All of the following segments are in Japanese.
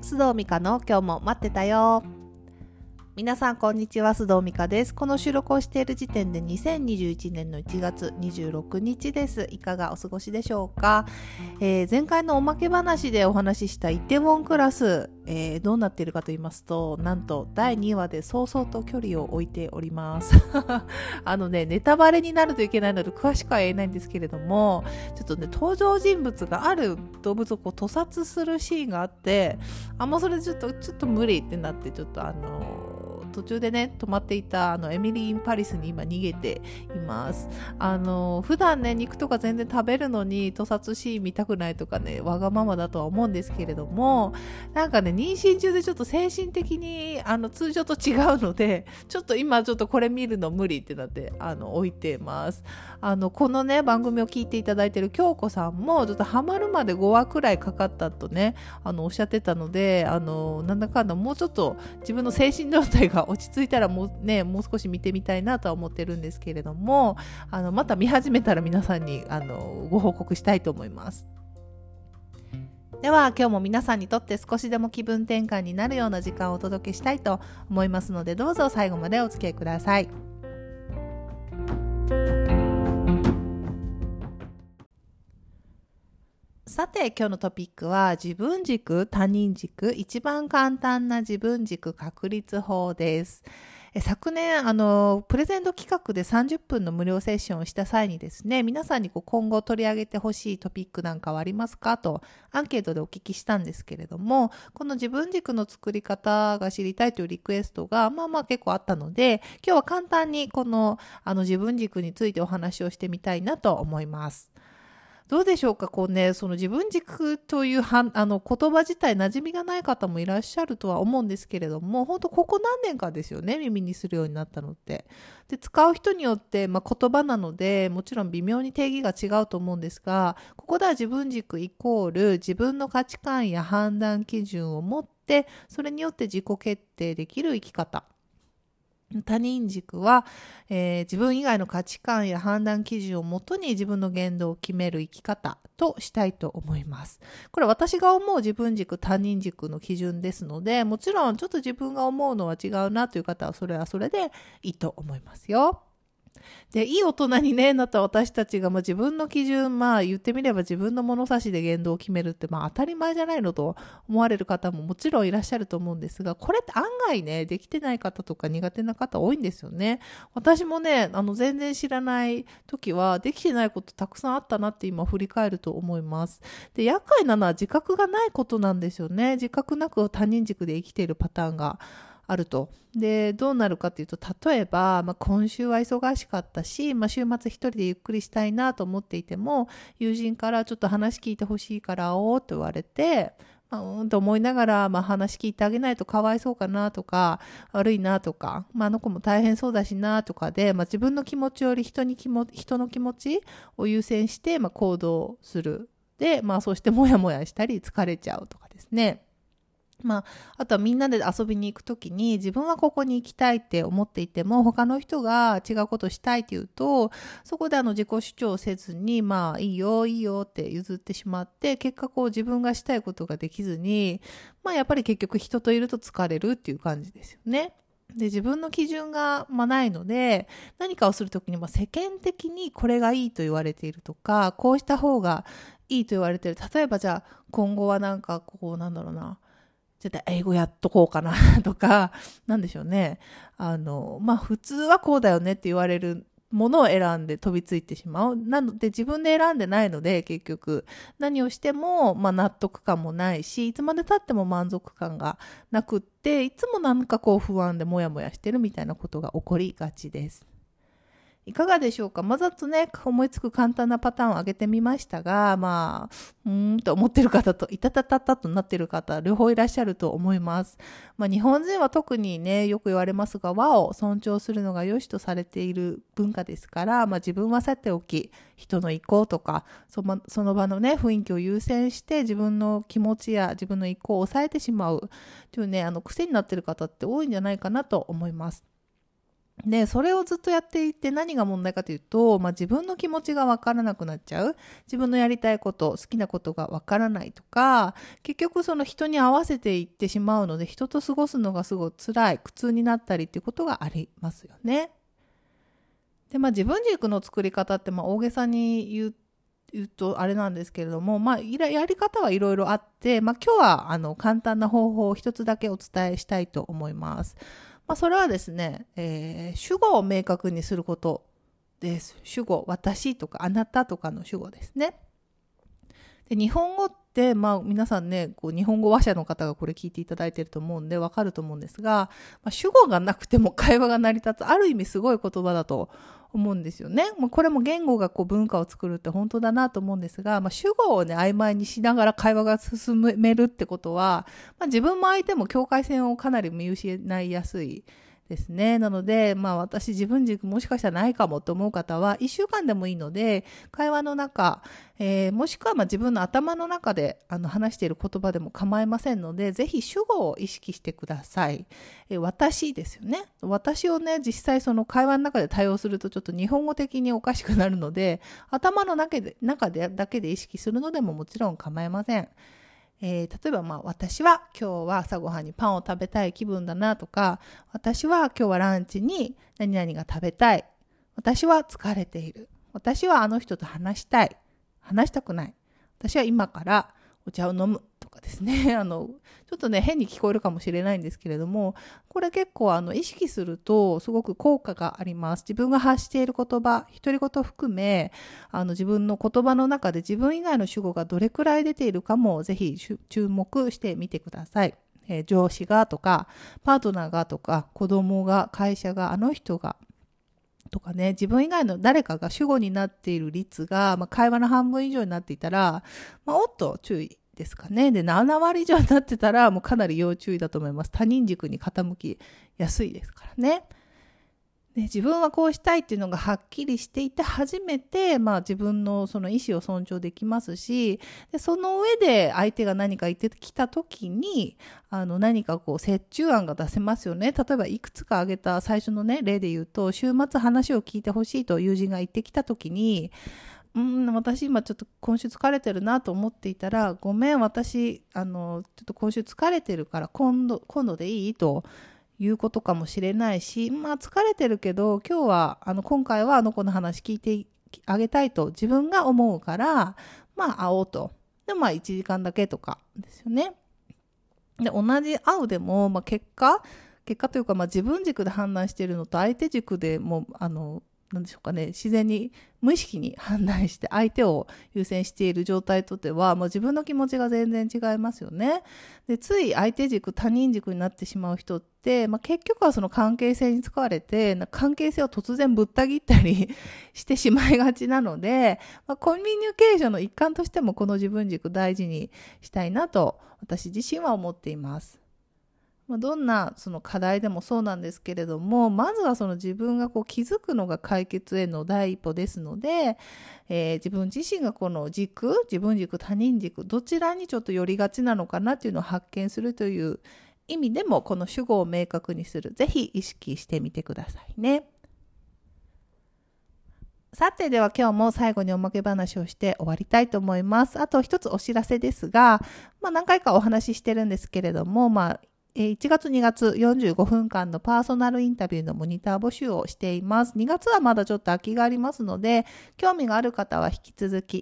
須藤美香の今日も待ってたよ。皆さんこんにちは、須藤美香です。この収録をしている時点で2021年の1月26日です。いかがお過ごしでしょうか。前回のおまけ話でお話ししたイテウォンクラス、どうなっているかと言いますと、なんと第2話で早々と距離を置いておりますネタバレになるといけないので詳しくは言えないんですけれども、ちょっとね、登場人物がある動物を屠殺するシーンがあって、もうそれちょっと無理ってなって、ちょっと途中でね泊まっていたエミリー・イン・パリスに今逃げています。普段ね肉とか全然食べるのに屠殺シーン見たくないとかね、わがままだとは思うんですけれども、なんかね妊娠中でちょっと精神的に通常と違うので、ちょっと今ちょっとこれ見るの無理ってなって置いてます。このね番組を聞いていただいている京子さんもちょっとハマるまで5話くらいかかったとねおっしゃってたので、なんだかんだもうちょっと自分の精神状態が落ち着いたらもう少し見てみたいなとは思ってるんですけれども、また見始めたら皆さんにご報告したいと思います。では今日も皆さんにとって少しでも気分転換になるような時間をお届けしたいと思いますので、どうぞ最後までお付き合いください。さて今日のトピックは自分軸、他人軸、一番簡単な自分軸確立法です。昨年プレゼント企画で30分の無料セッションをした際にですね、皆さんに今後取り上げてほしいトピックなんかはありますかとアンケートでお聞きしたんですけれども、この自分軸の作り方が知りたいというリクエストが結構あったので、今日は簡単にこの自分軸についてお話をしてみたいなと思います。どうでしょうか。その自分軸という言葉自体馴染みがない方もいらっしゃるとは思うんですけれども、本当ここ何年かですよね、耳にするようになったのって。で、使う人によって、言葉なので、もちろん微妙に定義が違うと思うんですが、ここでは自分軸イコール自分の価値観や判断基準を持って、それによって自己決定できる生き方。他人軸は、自分以外の価値観や判断基準をもとに自分の言動を決める生き方としたいと思います。これ私が思う自分軸、他人軸の基準ですので、もちろんちょっと自分が思うのは違うなという方はそれはそれでいいと思いますよ。で、いい大人になった私たちが自分の基準、言ってみれば自分の物差しで言動を決めるって当たり前じゃないのと思われる方ももちろんいらっしゃると思うんですが、これって案外できてない方とか苦手な方多いんですよね。私も全然知らない時はできてないことたくさんあったなって今振り返ると思います。で、厄介なのは自覚がないことなんですよね。自覚なく他人軸で生きているパターンがあると。で、どうなるかというと、例えば、今週は忙しかったし、週末一人でゆっくりしたいなと思っていても、友人からちょっと話聞いてほしいから会おうと言われて、と思いながら、話聞いてあげないとかわいそうかなとか、悪いなとか、あの子も大変そうだしなとかで、自分の気持ちより人の気持ちを優先して、行動する。で、そしてもやもやしたり疲れちゃうとかですね。あとはみんなで遊びに行くときに自分はここに行きたいって思っていても他の人が違うことしたいって言うと、そこで自己主張せずにいいよいいよって譲ってしまって、結果自分がしたいことができずに、やっぱり結局人といると疲れるっていう感じですよね。で、自分の基準がないので、何かをするときに世間的にこれがいいと言われているとか、こうした方がいいと言われている。例えばじゃあ今後は絶対英語やっとこうかなとか、なんでしょうね。普通はこうだよねって言われるものを選んで飛びついてしまう。なので自分で選んでないので、結局何をしても納得感もないし、いつまで経っても満足感がなくって、いつも不安でモヤモヤしてるみたいなことが起こりがちです。いかがでしょうか。ざっと思いつく簡単なパターンを挙げてみましたが、と思ってる方と、いたたたたとなってる方、両方いらっしゃると思います。日本人は特によく言われますが、和を尊重するのが良しとされている文化ですから、自分はさておき、人の意向とか、その場の雰囲気を優先して自分の気持ちや自分の意向を抑えてしまうという癖になっている方って多いんじゃないかなと思います。 で、それをずっとやっていて何が問題かというと、自分の気持ちがわからなくなっちゃう。自分のやりたいこと、好きなことがわからないとか、結局その人に合わせていってしまうので、人と過ごすのがすごい辛い、苦痛になったりっていうことがありますよね。で、自分軸の作り方って大げさに言うとあれなんですけれども、やり方はいろいろあって、今日は簡単な方法を一つだけお伝えしたいと思います。それはですね、主語を明確にすることです。主語、私とかあなたとかの主語ですね。で、日本語って、皆さんね、日本語話者の方がこれ聞いていただいていると思うんでわかると思うんですが、主語がなくても会話が成り立つ、ある意味すごい言葉だと思うんですよね。これも言語が文化を作るって本当だなと思うんですが、主語をね、曖昧にしながら会話が進めるってことは、自分も相手も境界線をかなり見失いやすいですね。なので、私自分軸もしかしたらないかもと思う方は、1週間でもいいので、会話の中、もしくは自分の頭の中で話している言葉でも構いませんので、ぜひ主語を意識してください。私ですよね。私をね、実際その会話の中で対応するとちょっと日本語的におかしくなるので、頭の中だけで意識するのでももちろん構いません。例えば私は今日は朝ごはんにパンを食べたい気分だなとか、私は今日はランチに何々が食べたい、私は疲れている、私はあの人と話したくない、私は今からお茶を飲むとかですね。ちょっとね、変に聞こえるかもしれないんですけれども、これ結構意識するとすごく効果があります。自分が発している言葉、独り言含め、自分の言葉の中で自分以外の主語がどれくらい出ているかもぜひ注目してみてください。上司がとか、パートナーがとか、子供が、会社が、あの人が、とかね、自分以外の誰かが主語になっている率が、会話の半分以上になっていたら、おっと注意ですかね。で、7割以上になってたら、もうかなり要注意だと思います。他人軸に傾きやすいですからね。で、自分はこうしたいっていうのがはっきりしていて初めて、自分のその意思を尊重できますし、で、その上で相手が何か言ってきたときに、何か折衷案が出せますよね。例えばいくつか挙げた最初のね、例で言うと、週末話を聞いてほしいと友人が言ってきたときに、私今ちょっと今週疲れてるなと思っていたら、ごめん、私、ちょっと今週疲れてるから今度でいいと、いうことかもしれないし、疲れてるけど今日は今回はあの子の話聞いてあげたいと自分が思うから会おうと。で1時間だけとかですよね。で同じ会うでも、結果というか自分軸で判断しているのと相手軸でもなんでしょうかね、自然に無意識に判断して相手を優先している状態とっては、自分の気持ちが全然違いますよね。で、つい相手軸、他人軸になってしまう人って、結局はその関係性に使われて、関係性を突然ぶった切ったりしてしまいがちなので、コミュニケーションの一環としてもこの自分軸大事にしたいなと私自身は思っています。どんなその課題でもそうなんですけれども、まずはその自分が気づくのが解決への第一歩ですので、自分自身がこの軸、自分軸、他人軸、どちらにちょっと寄りがちなのかなっていうのを発見するという意味でも、この主語を明確にする。ぜひ意識してみてくださいね。さて、では今日も最後におまけ話をして終わりたいと思います。あと一つお知らせですが、何回かお話ししてるんですけれども、1月2月45分間のパーソナルインタビューのモニター募集をしています。2月はまだちょっと空きがありますので、興味がある方は引き続き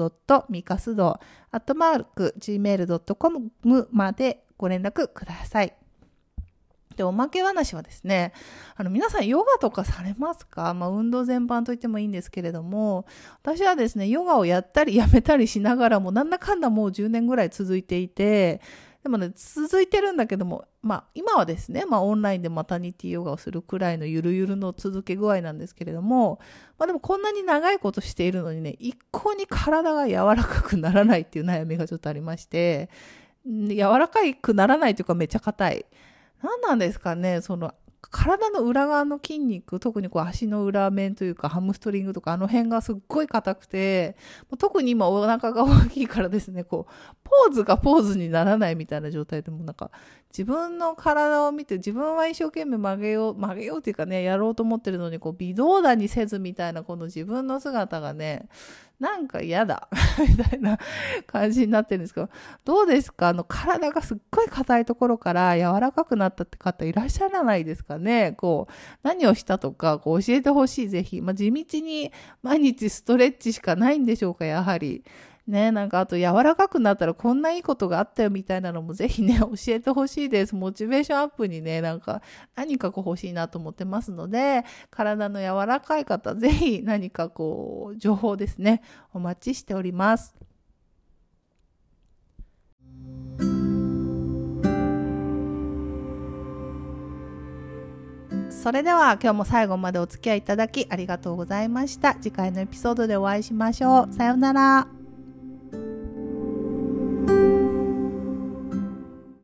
info.mikasu@gmail.com までご連絡ください。で、おまけ話はですね、皆さんヨガとかされますか？運動全般と言ってもいいんですけれども、私はですね、ヨガをやったりやめたりしながらも、なんだかんだもう10年ぐらい続いていて、でもね、続いてるんだけども、今はですね、オンラインでマタニティヨガをするくらいのゆるゆるの続け具合なんですけれども、でもこんなに長いことしているのにね、一向に体が柔らかくならないっていう悩みがちょっとありまして、柔らかくならないというかめっちゃ硬い。何なんですかね、 体の裏側の筋肉、特にこう足の裏面というかハムストリングとか辺がすっごい硬くて、特に今お腹が大きいからですね、こう、ポーズがポーズにならないみたいな状態でも自分の体を見て自分は一生懸命曲げようっていうかね、やろうと思ってるのにこう微動だにせずみたいなこの自分の姿がね、嫌だみたいな感じになってるんですけど、どうですか？体がすっごい硬いところから柔らかくなったって方いらっしゃらないですかね？何をしたとか、教えてほしい、ぜひ。地道に毎日ストレッチしかないんでしょうか、やはり。ね、あと柔らかくなったらこんないいことがあったよみたいなのもぜひね、教えてほしいです。モチベーションアップにね、何か欲しいなと思ってますので、体の柔らかい方、ぜひ何か情報ですね、お待ちしております。それでは今日も最後までお付き合いいただきありがとうございました。次回のエピソードでお会いしましょう。さようなら。